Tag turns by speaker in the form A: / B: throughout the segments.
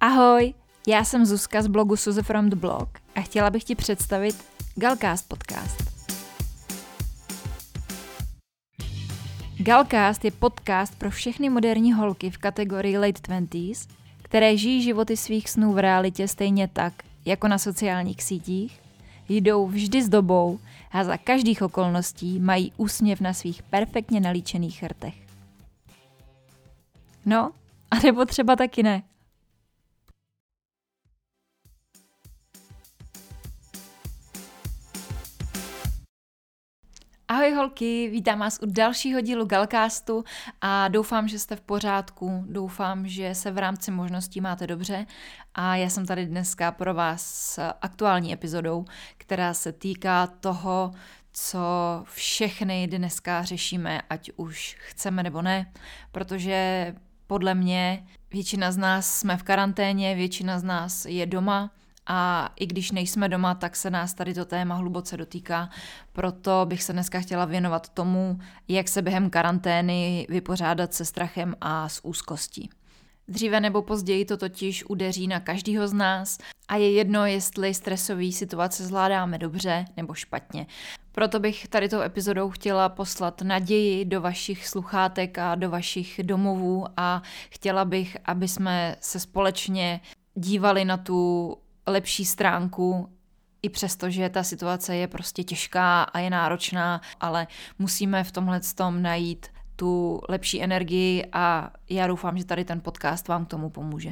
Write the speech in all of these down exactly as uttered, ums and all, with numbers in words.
A: Ahoj, já jsem Zuzka z blogu Suze from the blog a chtěla bych ti představit Galcast podcast. Galcast je podcast pro všechny moderní holky v kategorii late twenties, které žijí životy svých snů v realitě stejně tak, jako na sociálních sítích, jdou vždy s dobou a za každých okolností mají úsměv na svých perfektně nalíčených rtech. No, a nebo třeba taky ne. Ahoj holky, vítám vás u dalšího dílu Galcastu a doufám, že jste v pořádku, doufám, že se v rámci možností máte dobře a já jsem tady dneska pro vás s aktuální epizodou, která se týká toho, co všechny dneska řešíme, ať už chceme nebo ne, protože podle mě většina z nás jsme v karanténě, většina z nás je doma, a i když nejsme doma, tak se nás tady to téma hluboce dotýká. Proto bych se dneska chtěla věnovat tomu, jak se během karantény vypořádat se strachem a s úzkostí. Dříve nebo později to totiž udeří na každýho z nás a je jedno, jestli stresové situace zvládáme dobře nebo špatně. Proto bych tady tou epizodou chtěla poslat naději do vašich sluchátek a do vašich domovů a chtěla bych, aby jsme se společně dívali na tu lepší stránku, i přesto, že ta situace je prostě těžká a je náročná, ale musíme v tomhletom najít tu lepší energii a já doufám, že tady ten podcast vám k tomu pomůže.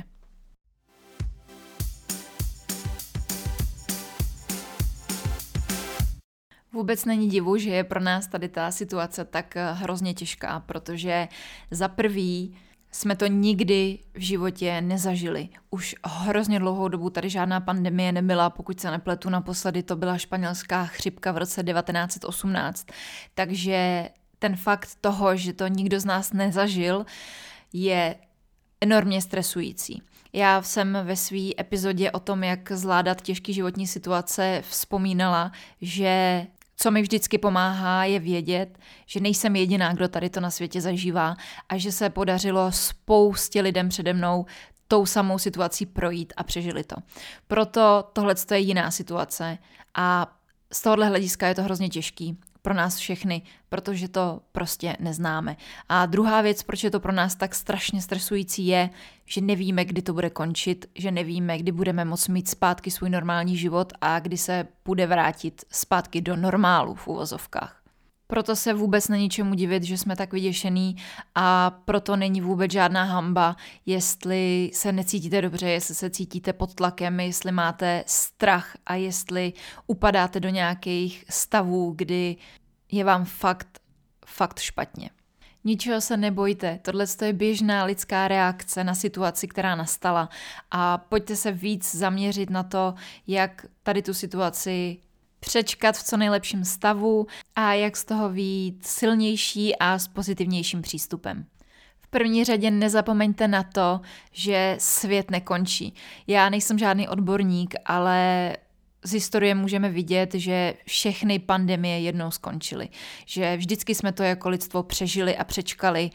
A: Vůbec není divu, že je pro nás tady ta situace tak hrozně těžká, protože za prvý jsme to nikdy v životě nezažili. Už hrozně dlouhou dobu tady žádná pandemie nebyla, pokud se nepletu, naposledy to byla španělská chřipka v roce devatenáct set osmnáct. Takže ten fakt toho, že to nikdo z nás nezažil, je enormně stresující. Já jsem ve své epizodě o tom, jak zvládat těžké životní situace, vzpomínala, že co mi vždycky pomáhá, je vědět, že nejsem jediná, kdo tady to na světě zažívá a že se podařilo spoustě lidem přede mnou tou samou situací projít a přežili to. Proto tohle je jiná situace a z tohohle hlediska je to hrozně těžký pro nás všechny, protože to prostě neznáme. A druhá věc, proč je to pro nás tak strašně stresující, je, že nevíme, kdy to bude končit, že nevíme, kdy budeme moct mít zpátky svůj normální život a kdy se bude vrátit zpátky do normálu v uvozovkách. Proto se vůbec není čemu divit, že jsme tak vyděšený a proto není vůbec žádná hanba, jestli se necítíte dobře, jestli se cítíte pod tlakem, jestli máte strach a jestli upadáte do nějakých stavů, kdy je vám fakt, fakt špatně. Ničeho se nebojte, tohle je běžná lidská reakce na situaci, která nastala a pojďte se víc zaměřit na to, jak tady tu situaci přečkat v co nejlepším stavu a jak z toho vyjít silnější a s pozitivnějším přístupem. V první řadě nezapomeňte na to, že svět nekončí. Já nejsem žádný odborník, ale z historie můžeme vidět, že všechny pandemie jednou skončily. Že vždycky jsme to jako lidstvo přežili a přečkali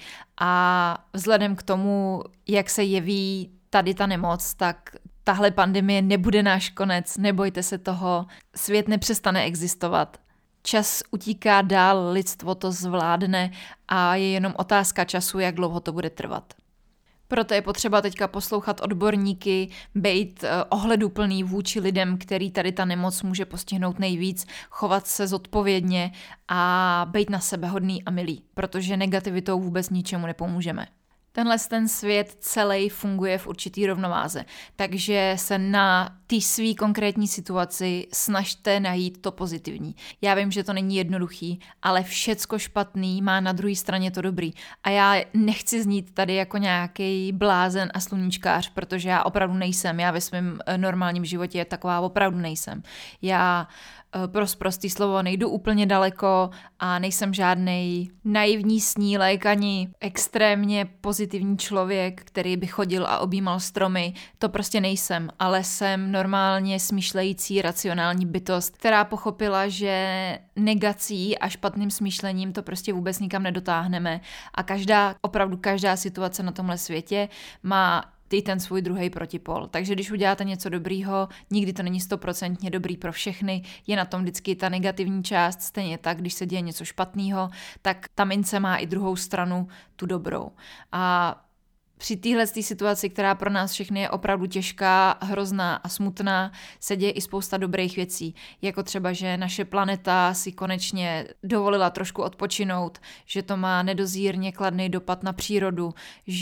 A: a vzhledem k tomu, jak se jeví tady ta nemoc, tak tahle pandemie nebude náš konec, nebojte se toho, svět nepřestane existovat. Čas utíká dál, lidstvo to zvládne a je jenom otázka času, jak dlouho to bude trvat. Proto je potřeba teďka poslouchat odborníky, bejt ohleduplný vůči lidem, který tady ta nemoc může postihnout nejvíc, chovat se zodpovědně a bejt na sebe hodný a milý, protože negativitou vůbec ničemu nepomůžeme. Tenhle ten svět celý funguje v určitý rovnováze, takže se na té svý konkrétní situaci snažte najít to pozitivní. Já vím, že to není jednoduchý, ale všecko špatný má na druhé straně to dobrý. A já nechci znít tady jako nějaký blázen a sluníčkář, protože já opravdu nejsem. Já ve svém normálním životě taková opravdu nejsem. Já pro prostý slovo nejdu úplně daleko a nejsem žádnej naivní snílek ani extrémně pozitivní člověk, který by chodil a objímal stromy. To prostě nejsem, ale jsem normálně smýšlející racionální bytost, která pochopila, že negací a špatným smýšlením to prostě vůbec nikam nedotáhneme a každá, opravdu každá situace na tomhle světě má ty ten svůj druhý protipol. Takže když uděláte něco dobrýho, nikdy to není stoprocentně dobrý pro všechny, je na tom vždycky ta negativní část, stejně tak, když se děje něco špatného, tak ta mince má i druhou stranu, tu dobrou. A při téhle situaci, která pro nás všechny je opravdu těžká, hrozná a smutná, se děje i spousta dobrých věcí. Jako třeba, že naše planeta si konečně dovolila trošku odpočinout, že to má nedozírně kladný dopad na přírodu,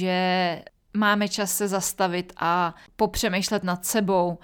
A: že máme čas se zastavit a popřemýšlet nad sebou,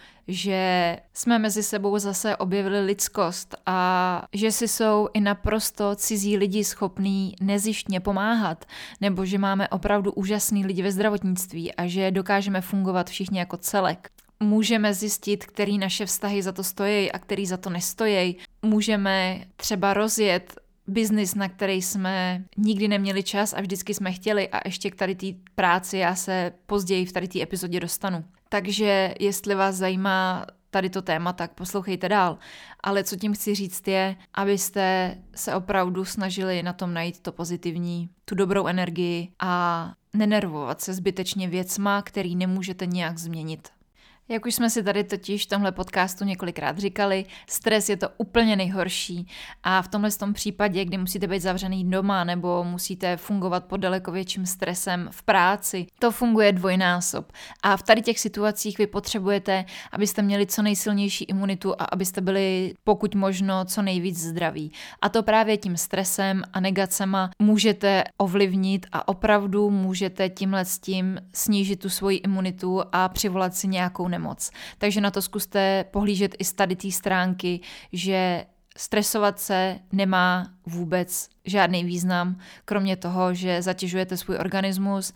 A: že jsme mezi sebou zase objevili lidskost a že si jsou i naprosto cizí lidi schopní nezištně pomáhat, nebo že máme opravdu úžasný lidi ve zdravotnictví a že dokážeme fungovat všichni jako celek. Můžeme zjistit, který naše vztahy za to stojí a který za to nestojí. Můžeme třeba rozjet biznis, na který jsme nikdy neměli čas a vždycky jsme chtěli a ještě k tady té práci já se později v tady té epizodě dostanu. Takže jestli vás zajímá tady to téma, tak poslouchejte dál. Ale co tím chci říct je, abyste se opravdu snažili na tom najít to pozitivní, tu dobrou energii a nenervovat se zbytečně věcma, který nemůžete nějak změnit. Jak už jsme si tady totiž v tomhle podcastu několikrát říkali, stres je to úplně nejhorší a v tomhle tom případě, kdy musíte být zavřený doma nebo musíte fungovat pod daleko větším stresem v práci, to funguje dvojnásob. A v tady těch situacích vy potřebujete, abyste měli co nejsilnější imunitu a abyste byli pokud možno co nejvíc zdraví. A to právě tím stresem a negacema můžete ovlivnit a opravdu můžete tímhle s tím snížit tu svoji imunitu a přivolat si nějakou nemoc. Takže na to zkuste pohlížet i z tady té stránky, že stresovat se nemá vůbec žádný význam, kromě toho, že zatěžujete svůj organismus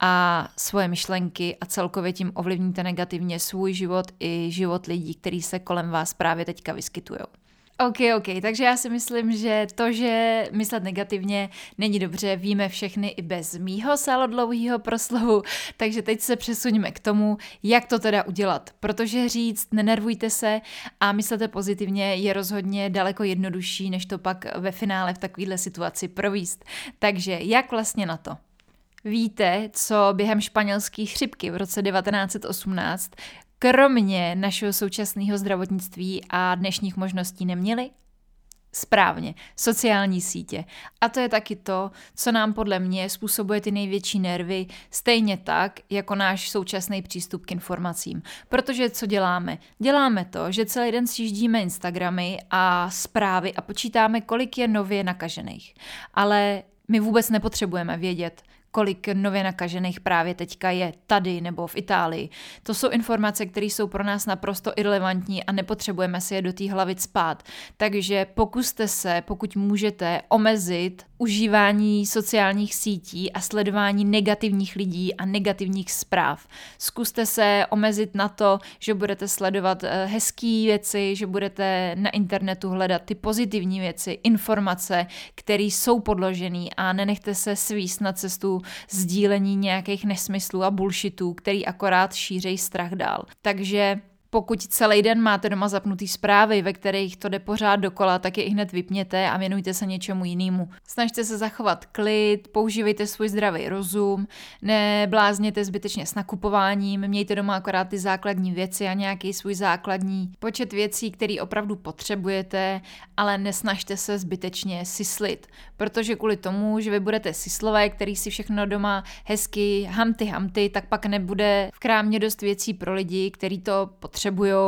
A: a svoje myšlenky a celkově tím ovlivníte negativně svůj život i život lidí, kteří se kolem vás právě teďka vyskytujou. OK, OK, takže já si myslím, že to, že myslet negativně není dobře, víme všechny i bez mýho sálodlouhýho proslovu, takže teď se přesuňme k tomu, jak to teda udělat, protože říct nenervujte se a myslete pozitivně je rozhodně daleko jednodušší, než to pak ve finále v takovéhle situaci provést. Takže jak vlastně na to? Víte, co během španělské chřipky v roce devatenáct set osmnáct kromě našeho současného zdravotnictví a dnešních možností neměli? Správně, sociální sítě. A to je taky to, co nám podle mě způsobuje ty největší nervy, stejně tak, jako náš současný přístup k informacím. Protože co děláme? Děláme to, že celý den sjíždíme Instagramy a zprávy a počítáme, kolik je nově nakažených. Ale my vůbec nepotřebujeme vědět, kolik nově nakažených právě teďka je tady nebo v Itálii. To jsou informace, které jsou pro nás naprosto irelevantní a nepotřebujeme si je do té hlavy cpát. Takže pokuste se, pokud můžete, omezit užívání sociálních sítí a sledování negativních lidí a negativních zpráv. Zkuste se omezit na to, že budete sledovat hezký věci, že budete na internetu hledat ty pozitivní věci, informace, které jsou podložené a nenechte se svíst na cestu sdílení nějakých nesmyslů a bullshitů, který akorát šířejí strach dál. Takže pokud celý den máte doma zapnutý zprávy, ve kterých to jde pořád dokola, tak je i hned vypněte a věnujte se něčemu jinému. Snažte se zachovat klid, používejte svůj zdravý rozum, neblázněte zbytečně s nakupováním, mějte doma akorát ty základní věci a nějaký svůj základní počet věcí, který opravdu potřebujete, ale nesnažte se zbytečně syslit, protože kvůli tomu, že vy budete syslové, který si všechno doma hezky hamty hamty, tak pak nebude v krámě dost věcí pro lidi, kteří to potřebujou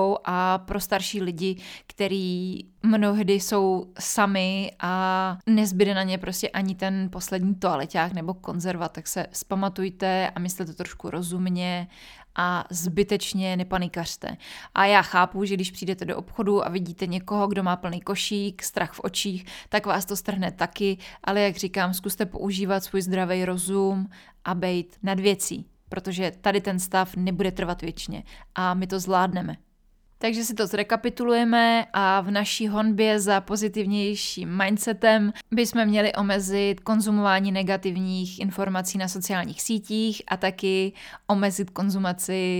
A: a pro starší lidi, který mnohdy jsou sami a nezbyde na ně prostě ani ten poslední toaleťák nebo konzerva, tak se vzpamatujte a myslete trošku rozumně a zbytečně nepanikařte. A já chápu, že když přijdete do obchodu a vidíte někoho, kdo má plný košík, strach v očích, tak vás to strhne taky, ale jak říkám, zkuste používat svůj zdravý rozum a bejt nad věcí, protože tady ten stav nebude trvat věčně a my to zvládneme. Takže si to zrekapitulujeme a v naší honbě za pozitivnějším mindsetem bychom měli omezit konzumování negativních informací na sociálních sítích a taky omezit konzumaci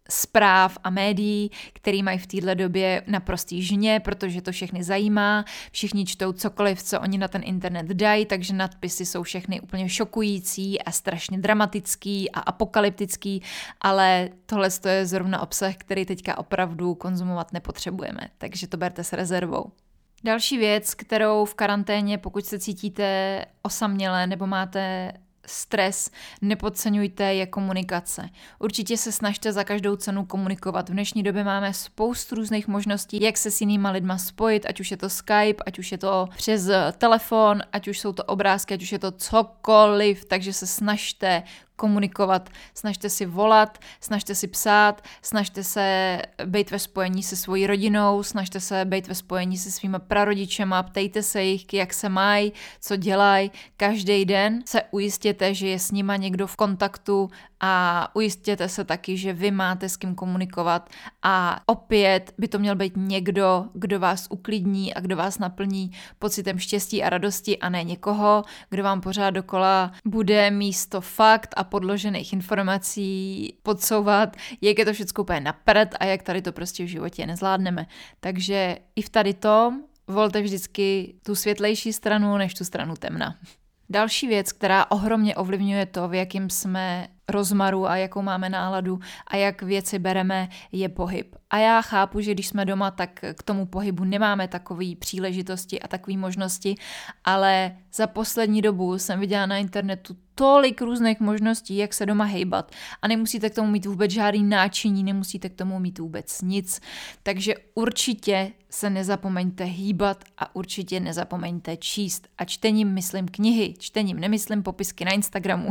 A: zpráv a médií, který mají v této době naprostý žně, protože to všechny zajímá. Všichni čtou cokoliv, co oni na ten internet dají, takže nadpisy jsou všechny úplně šokující a strašně dramatický a apokalyptický, ale tohle je zrovna obsah, který teďka opravdu konzumovat nepotřebujeme, takže to berte s rezervou. Další věc, kterou v karanténě, pokud se cítíte osamělé nebo máte stres, nepodceňujte, je komunikace. Určitě se snažte za každou cenu komunikovat. V dnešní době máme spoustu různých možností, jak se s jinýma lidma spojit, ať už je to Skype, ať už je to přes telefon, ať už jsou to obrázky, ať už je to cokoliv, takže se snažte komunikovat, snažte si volat, snažte si psát, snažte se být ve spojení se svojí rodinou, snažte se být ve spojení se svýma prarodičema, ptejte se jich, jak se mají, co dělají. Každý den se ujistěte, že je s nima někdo v kontaktu a ujistěte se taky, že vy máte s kým komunikovat a opět by to měl být někdo, kdo vás uklidní a kdo vás naplní pocitem štěstí a radosti a ne někoho, kdo vám pořád dokola bude místo fakt a podložených informací podsouvat, jak je to všechno úplně na prd a jak tady to prostě v životě nezvládneme. Takže i v tady tom volte vždycky tu světlejší stranu než tu stranu temna. Další věc, která ohromně ovlivňuje to, v jakým jsme rozmaru a jakou máme náladu a jak věci bereme, je pohyb. A já chápu, že když jsme doma, tak k tomu pohybu nemáme takové příležitosti a takové možnosti, ale za poslední dobu jsem viděla na internetu tolik různých možností, jak se doma hejbat a nemusíte k tomu mít vůbec žádný náčiní, nemusíte k tomu mít vůbec nic, takže určitě se nezapomeňte hýbat a určitě nezapomeňte číst a čtením myslím knihy, čtením nemyslím popisky na Instagramu,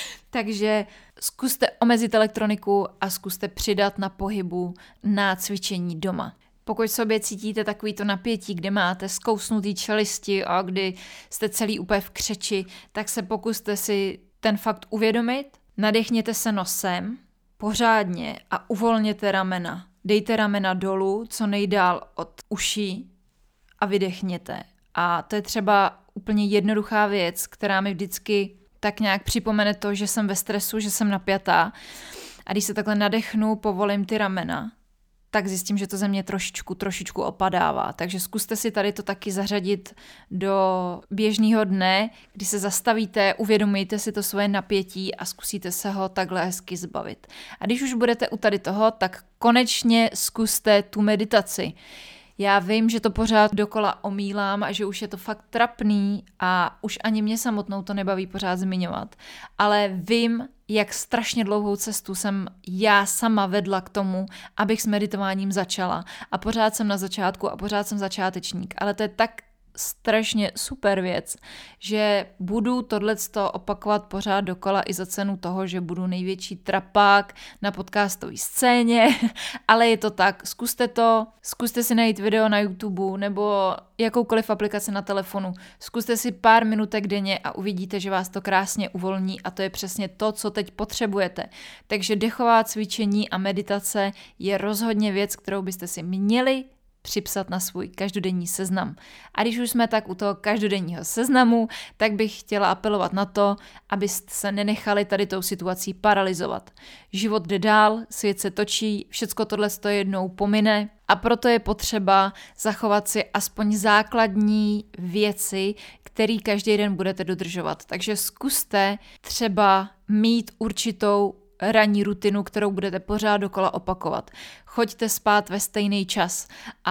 A: takže zkuste omezit elektroniku a zkuste přidat na pohybu, na cvičení doma. Pokud sobě cítíte takovýto napětí, kde máte zkousnutý čelisti a kdy jste celý úplně v křeči, tak se pokuste si ten fakt uvědomit, nadechněte se nosem pořádně a uvolněte ramena. Dejte ramena dolů, co nejdál od uší a vydechněte. A to je třeba úplně jednoduchá věc, která mi vždycky tak nějak připomene to, že jsem ve stresu, že jsem napjatá. A když se takhle nadechnu, povolím ty ramena, tak zjistím, že to ze mě trošičku, trošičku opadává. Takže zkuste si tady to taky zařadit do běžného dne, kdy se zastavíte, uvědomíte si to svoje napětí a zkusíte se ho takhle hezky zbavit. A když už budete u tady toho, tak konečně zkuste tu meditaci. Já vím, že to pořád dokola omílám a že už je to fakt trapný a už ani mě samotnou to nebaví pořád zmiňovat. Ale vím, jak strašně dlouhou cestu jsem já sama vedla k tomu, abych s meditováním začala. A pořád jsem na začátku a pořád jsem začátečník. Ale to je tak strašně super věc, že budu tohleto opakovat pořád dokola i za cenu toho, že budu největší trapák na podcastové scéně, ale je to tak, zkuste to, zkuste si najít video na YouTube nebo jakoukoliv aplikaci na telefonu, zkuste si pár minutek denně a uvidíte, že vás to krásně uvolní a to je přesně to, co teď potřebujete. Takže dechová cvičení a meditace je rozhodně věc, kterou byste si měli připsat na svůj každodenní seznam. A když už jsme tak u toho každodenního seznamu, tak bych chtěla apelovat na to, abyste se nenechali tady tou situací paralyzovat. Život jde dál, svět se točí, všecko tohle to jednou pomine a proto je potřeba zachovat si aspoň základní věci, které každý den budete dodržovat. Takže zkuste třeba mít určitou ranní rutinu, kterou budete pořád dokola opakovat. Choďte spát ve stejný čas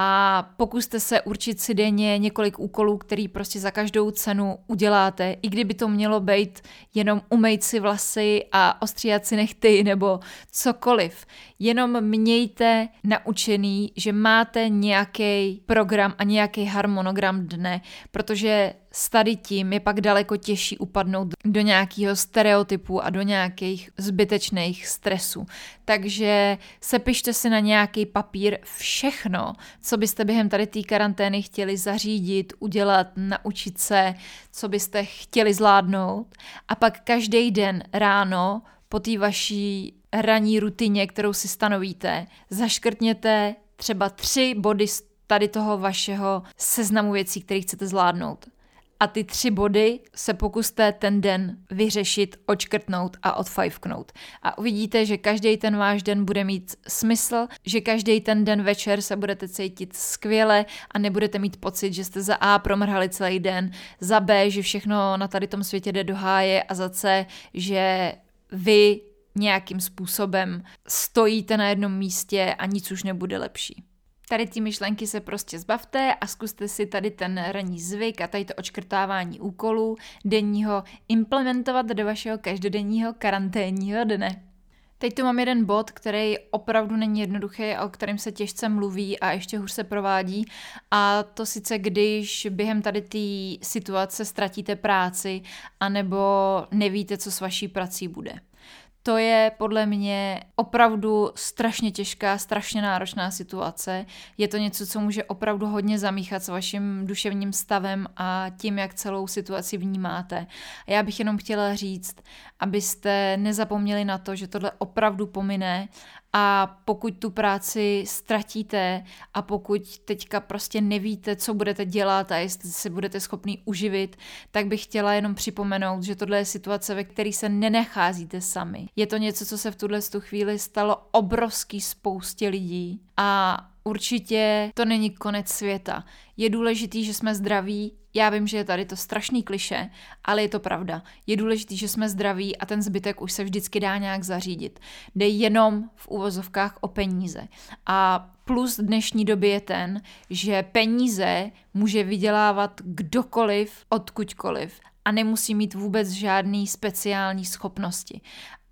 A: a pokuste se určit si denně několik úkolů, který prostě za každou cenu uděláte, i kdyby to mělo být jenom umýt si vlasy a ostříhat si nehty nebo cokoliv. Jenom mějte naučený, že máte nějaký program a nějaký harmonogram dne, protože s tady tím je pak daleko těžší upadnout do nějakého stereotypu a do nějakých zbytečných stresů. Takže sepište si na nějaký papír všechno, co byste během tady té karantény chtěli zařídit, udělat, naučit se, co byste chtěli zvládnout a pak každý den ráno po té vaší ranní rutině, kterou si stanovíte, zaškrtněte třeba tři body z tady toho vašeho seznamu věcí, které chcete zvládnout. a ty tři body se pokuste ten den vyřešit, odškrtnout a odfajfknout. A uvidíte, že každý ten váš den bude mít smysl, že každý ten den večer se budete cítit skvěle a nebudete mít pocit, že jste za A promrhali celý den, za B, že všechno na tady tom světě jde do háje a za C, že vy nějakým způsobem stojíte na jednom místě a nic už nebude lepší. Tady ty myšlenky se prostě zbavte a zkuste si tady ten ranní zvyk a tady to odškrtávání úkolů denního implementovat do vašeho každodenního karanténního dne. Teď tu mám jeden bod, který opravdu není jednoduchý a o kterém se těžce mluví a ještě hůř se provádí, a to sice když během tady té situace ztratíte práci anebo nevíte, co s vaší prací bude. To je podle mě opravdu strašně těžká, strašně náročná situace. Je to něco, co může opravdu hodně zamíchat s vaším duševním stavem a tím, jak celou situaci vnímáte. A já bych jenom chtěla říct, abyste nezapomněli na to, že tohle opravdu pomine, a pokud tu práci ztratíte a pokud teďka prostě nevíte, co budete dělat a jestli se budete schopni uživit, tak bych chtěla jenom připomenout, že tohle je situace, ve které se nenacházíte sami. Je to něco, co se v tuhle chvíli stalo obrovský spoustě lidí a určitě to není konec světa. Je důležitý, že jsme zdraví. Já vím, že je tady to strašný klišé, ale je to pravda. Je důležitý, že jsme zdraví a ten zbytek už se vždycky dá nějak zařídit. Jde jenom v uvozovkách o peníze. A plus v dnešní době je ten, že peníze může vydělávat kdokoliv, odkudkoliv a nemusí mít vůbec žádný speciální schopnosti.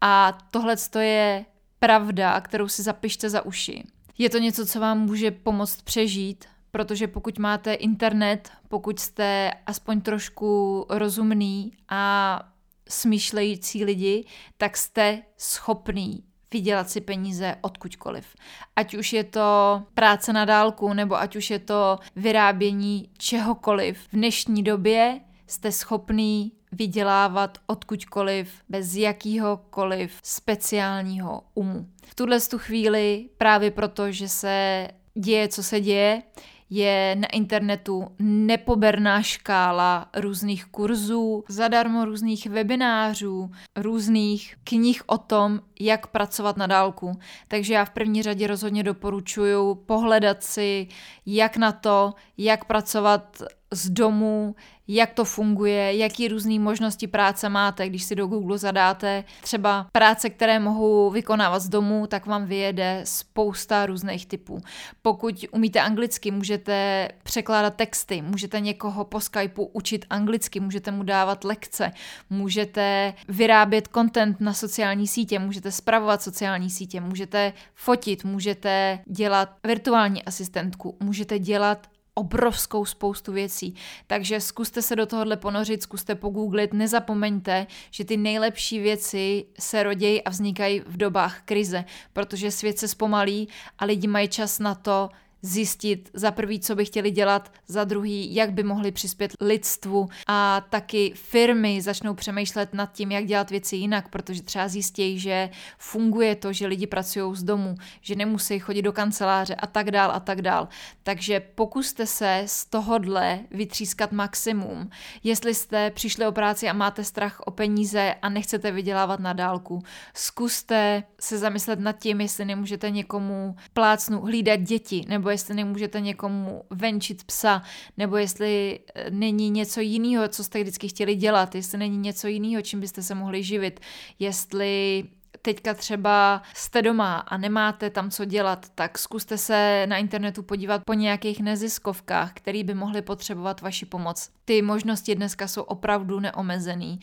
A: A tohle je pravda, kterou si zapište za uši. Je to něco, co vám může pomoct přežít, protože pokud máte internet, pokud jste aspoň trošku rozumný a smýšlející lidi, tak jste schopný vydělat si peníze odkudkoliv. Ať už je to práce na dálku, nebo ať už je to vyrábění čehokoliv. V dnešní době jste schopný vydělávat odkudkoliv, bez jakýhokoliv speciálního umu. V tuhle chvíli právě proto, že se děje, co se děje, je na internetu nepoberná škála různých kurzů, zadarmo různých webinářů, různých knih o tom, jak pracovat na dálku. Takže já v první řadě rozhodně doporučuji pohledat si, jak na to, jak pracovat z domu, jak to funguje, jaký různý možnosti práce máte. Když si do Google zadáte třeba práce, které mohou vykonávat z domu, tak vám vyjede spousta různých typů. Pokud umíte anglicky, můžete překládat texty, můžete někoho po Skypeu učit anglicky, můžete mu dávat lekce, můžete vyrábět content na sociální sítě, můžete spravovat sociální sítě, můžete fotit, můžete dělat virtuální asistentku, můžete dělat obrovskou spoustu věcí. Takže zkuste se do tohohle ponořit, zkuste pogooglit, nezapomeňte, že ty nejlepší věci se rodějí a vznikají v dobách krize, protože svět se zpomalí a lidi mají čas na to zjistit za prvý, co by chtěli dělat, za druhý, jak by mohli přispět lidstvu, a taky firmy začnou přemýšlet nad tím, jak dělat věci jinak, protože třeba zjistějí, že funguje to, že lidi pracují z domu, že nemusí chodit do kanceláře a tak dál a tak dál. Takže pokuste se z tohodle vytřískat maximum. Jestli jste přišli o práci a máte strach o peníze a nechcete vydělávat na dálku, zkuste se zamyslet nad tím, jestli nemůžete někomu plácnu hlídat děti, nebo jestli nemůžete někomu venčit psa, nebo jestli není něco jiného, co jste vždycky chtěli dělat, jestli není něco jiného, čím byste se mohli živit, jestli teďka třeba jste doma a nemáte tam co dělat, tak zkuste se na internetu podívat po nějakých neziskovkách, které by mohly potřebovat vaši pomoc. Ty možnosti dneska jsou opravdu neomezený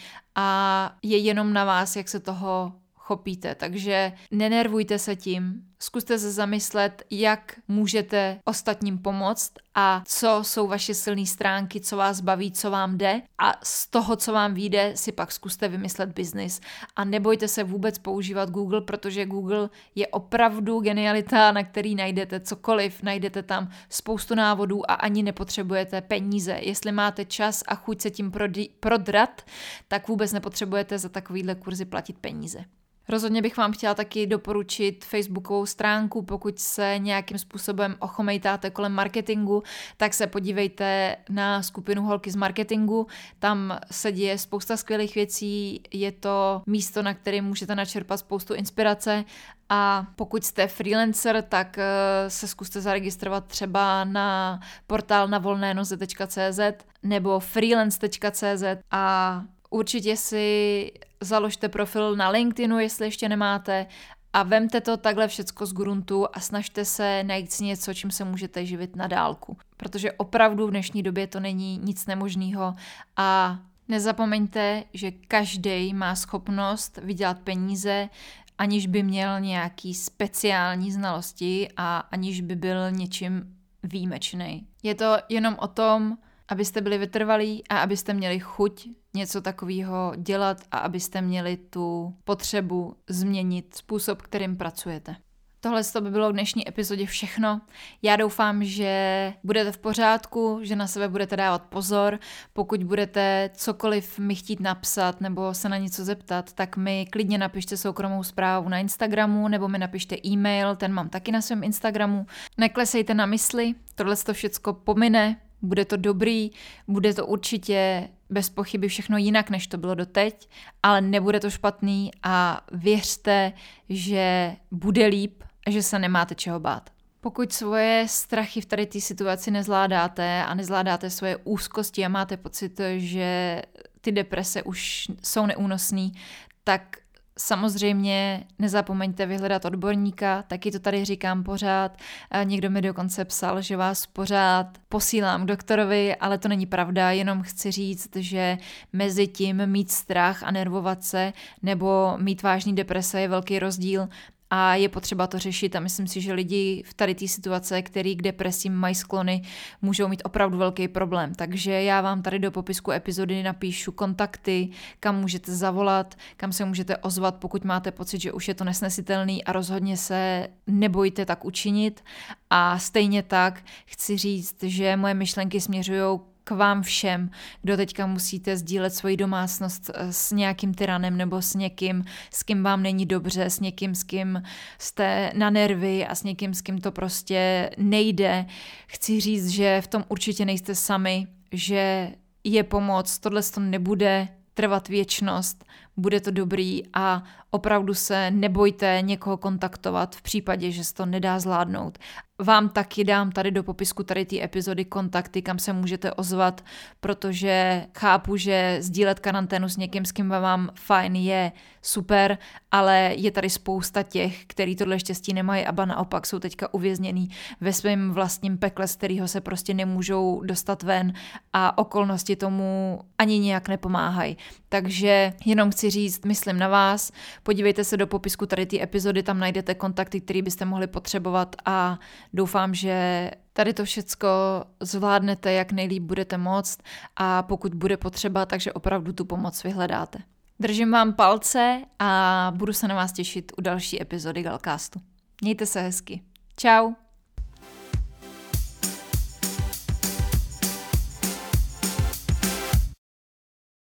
A: a je jenom na vás, jak se toho chopíte, takže nenervujte se tím, zkuste se zamyslet, jak můžete ostatním pomoct a co jsou vaše silné stránky, co vás baví, co vám jde, a z toho, co vám vyjde, si pak zkuste vymyslet biznis. A nebojte se vůbec používat Google, protože Google je opravdu genialita, na který najdete cokoliv, najdete tam spoustu návodů a ani nepotřebujete peníze. Jestli máte čas a chuť se tím prodrat, tak vůbec nepotřebujete za takovýhle kurzy platit peníze. Rozhodně bych vám chtěla taky doporučit facebookovou stránku, pokud se nějakým způsobem ochomejtáte kolem marketingu, tak se podívejte na skupinu Holky z marketingu, tam se děje spousta skvělých věcí, je to místo, na kterém můžete načerpat spoustu inspirace a pokud jste freelancer, tak se zkuste zaregistrovat třeba na portál na volné noze tečka cé zet nebo freelance tečka cé zet a určitě si založte profil na LinkedInu, jestli ještě nemáte a vemte to takhle všecko z gruntu a snažte se najít si něco, čím se můžete živit na dálku. Protože opravdu v dnešní době to není nic nemožného a nezapomeňte, že každý má schopnost vydělat peníze, aniž by měl nějaký speciální znalosti a aniž by byl něčím výjimečný. Je to jenom o tom, abyste byli vytrvalí a abyste měli chuť něco takového dělat a abyste měli tu potřebu změnit způsob, kterým pracujete. Tohle by bylo v dnešní epizodě všechno. Já doufám, že budete v pořádku, že na sebe budete dávat pozor. Pokud budete cokoliv mi chtít napsat nebo se na něco zeptat, tak mi klidně napište soukromou zprávu na Instagramu nebo mi napište e-mail, ten mám taky na svém Instagramu. Neklesejte na mysli, tohle to všecko pomine, bude to dobrý, bude to určitě bez pochyby všechno jinak, než to bylo doteď, ale nebude to špatný a věřte, že bude líp a že se nemáte čeho bát. Pokud svoje strachy v tady té situaci nezvládáte a nezvládáte svoje úzkosti a máte pocit, že ty deprese už jsou neúnosný, tak samozřejmě nezapomeňte vyhledat odborníka, taky to tady říkám pořád. Někdo mi dokonce psal, že vás pořád posílám k doktorovi, ale to není pravda, jenom chci říct, že mezi tím mít strach a nervovat se nebo mít vážný deprese je velký rozdíl a je potřeba to řešit a myslím si, že lidi v tady té situace, který k depresím mají sklony, můžou mít opravdu velký problém. Takže já vám tady do popisku epizody napíšu kontakty, kam můžete zavolat, kam se můžete ozvat, pokud máte pocit, že už je to nesnesitelný a rozhodně se nebojte tak učinit. A stejně tak chci říct, že moje myšlenky směřují k vám všem, kdo teďka musíte sdílet svoji domácnost s nějakým tyranem nebo s někým, s kým vám není dobře, s někým, s kým jste na nervy a s někým, s kým to prostě nejde. Chci říct, že v tom určitě nejste sami, že je pomoc, tohle to nebude trvat věčnost, bude to dobrý a opravdu se nebojte někoho kontaktovat v případě, že se to nedá zvládnout. Vám taky dám tady do popisku tady té epizody kontakty, kam se můžete ozvat, protože chápu, že sdílet karanténu s někým, s kým vám fajn je super, ale je tady spousta těch, kteří tohle štěstí nemají a ba naopak jsou teďka uvězněný ve svém vlastním pekle, z kterého se prostě nemůžou dostat ven a okolnosti tomu ani nějak nepomáhají. Takže jenom chci říct, myslím na vás, podívejte se do popisku tady té epizody, tam najdete kontakty, které byste mohli potřebovat a doufám, že tady to všecko zvládnete, jak nejlíp budete moct a pokud bude potřeba, takže opravdu tu pomoc vyhledáte. Držím vám palce a budu se na vás těšit u další epizody Galcastu. Mějte se hezky. Čau.